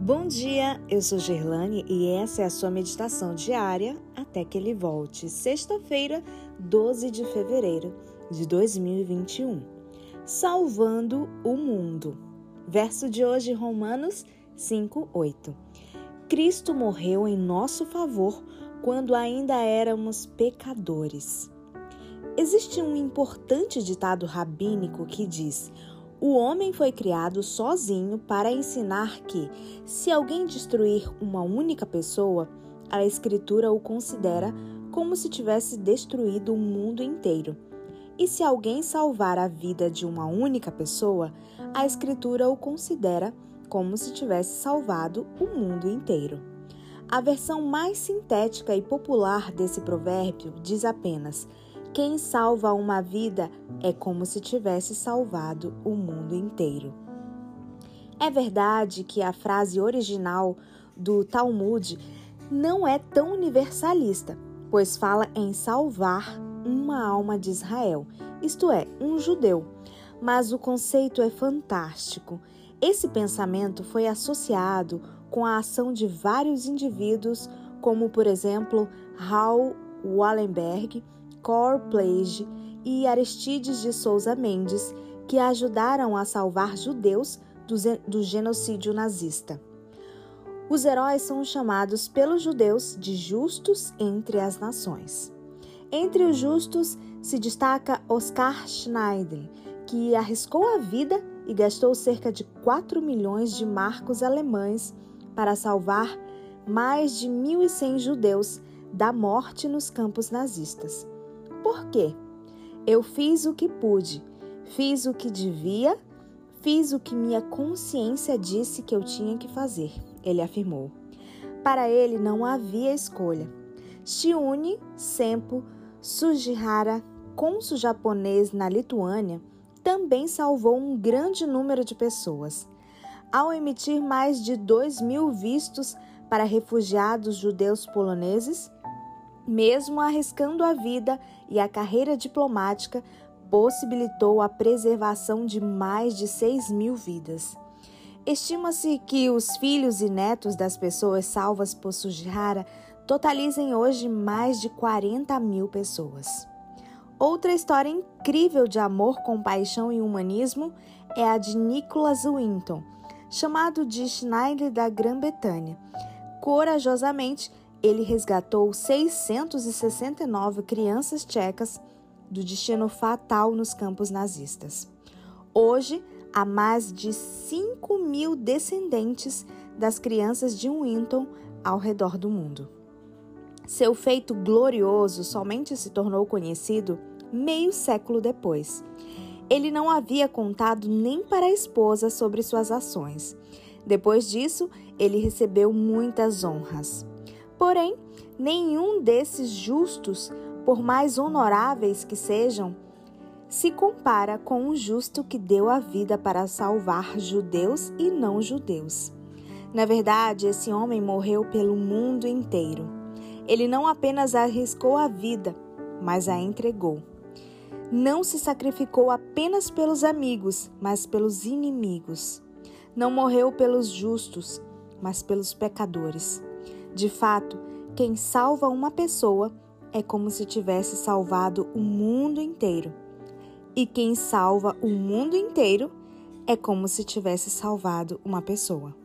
Bom dia, eu sou Gerlane e essa é a sua meditação diária até que ele volte. Sexta-feira, 12 de fevereiro de 2021. Salvando o mundo. Verso de hoje, Romanos 5:8. Cristo morreu em nosso favor quando ainda éramos pecadores. Existe um importante ditado rabínico que diz: o homem foi criado sozinho para ensinar que, se alguém destruir uma única pessoa, a Escritura o considera como se tivesse destruído o mundo inteiro. E se alguém salvar a vida de uma única pessoa, a Escritura o considera como se tivesse salvado o mundo inteiro. A versão mais sintética e popular desse provérbio diz apenas: quem salva uma vida é como se tivesse salvado o mundo inteiro. É verdade que a frase original do Talmud não é tão universalista, pois fala em salvar uma alma de Israel, isto é, um judeu. Mas o conceito é fantástico. Esse pensamento foi associado com a ação de vários indivíduos, como, por exemplo, Raul Wallenberg, Cor Plage e Aristides de Souza Mendes, que ajudaram a salvar judeus do genocídio nazista. Os heróis são chamados pelos judeus de justos entre as nações. Entre os justos se destaca Oskar Schneider, que arriscou a vida e gastou cerca de 4 milhões de marcos alemães para salvar mais de 1.100 judeus da morte nos campos nazistas. Por quê? Eu fiz o que pude, fiz o que devia, fiz o que minha consciência disse que eu tinha que fazer, ele afirmou. Para ele não havia escolha. Shiune Sempo Sugihara, cônsul japonês na Lituânia, também salvou um grande número de pessoas. Ao emitir mais de 2.000 vistos para refugiados judeus poloneses, mesmo arriscando a vida e a carreira diplomática, possibilitou a preservação de mais de 6.000 vidas. Estima-se que os filhos e netos das pessoas salvas por Sugihara totalizem hoje mais de 40.000 pessoas. Outra história incrível de amor, compaixão e humanismo é a de Nicholas Winton, chamado de Schneider da Grã-Bretanha. Corajosamente, ele resgatou 669 crianças tchecas do destino fatal nos campos nazistas. Hoje, há mais de 5.000 descendentes das crianças de Winton ao redor do mundo. Seu feito glorioso somente se tornou conhecido meio século depois. Ele não havia contado nem para a esposa sobre suas ações. Depois disso, ele recebeu muitas honras. Porém, nenhum desses justos, por mais honoráveis que sejam, se compara com o justo que deu a vida para salvar judeus e não judeus. Na verdade, esse homem morreu pelo mundo inteiro. Ele não apenas arriscou a vida, mas a entregou. Não se sacrificou apenas pelos amigos, mas pelos inimigos. Não morreu pelos justos, mas pelos pecadores. De fato, quem salva uma pessoa é como se tivesse salvado o mundo inteiro. E quem salva o mundo inteiro é como se tivesse salvado uma pessoa.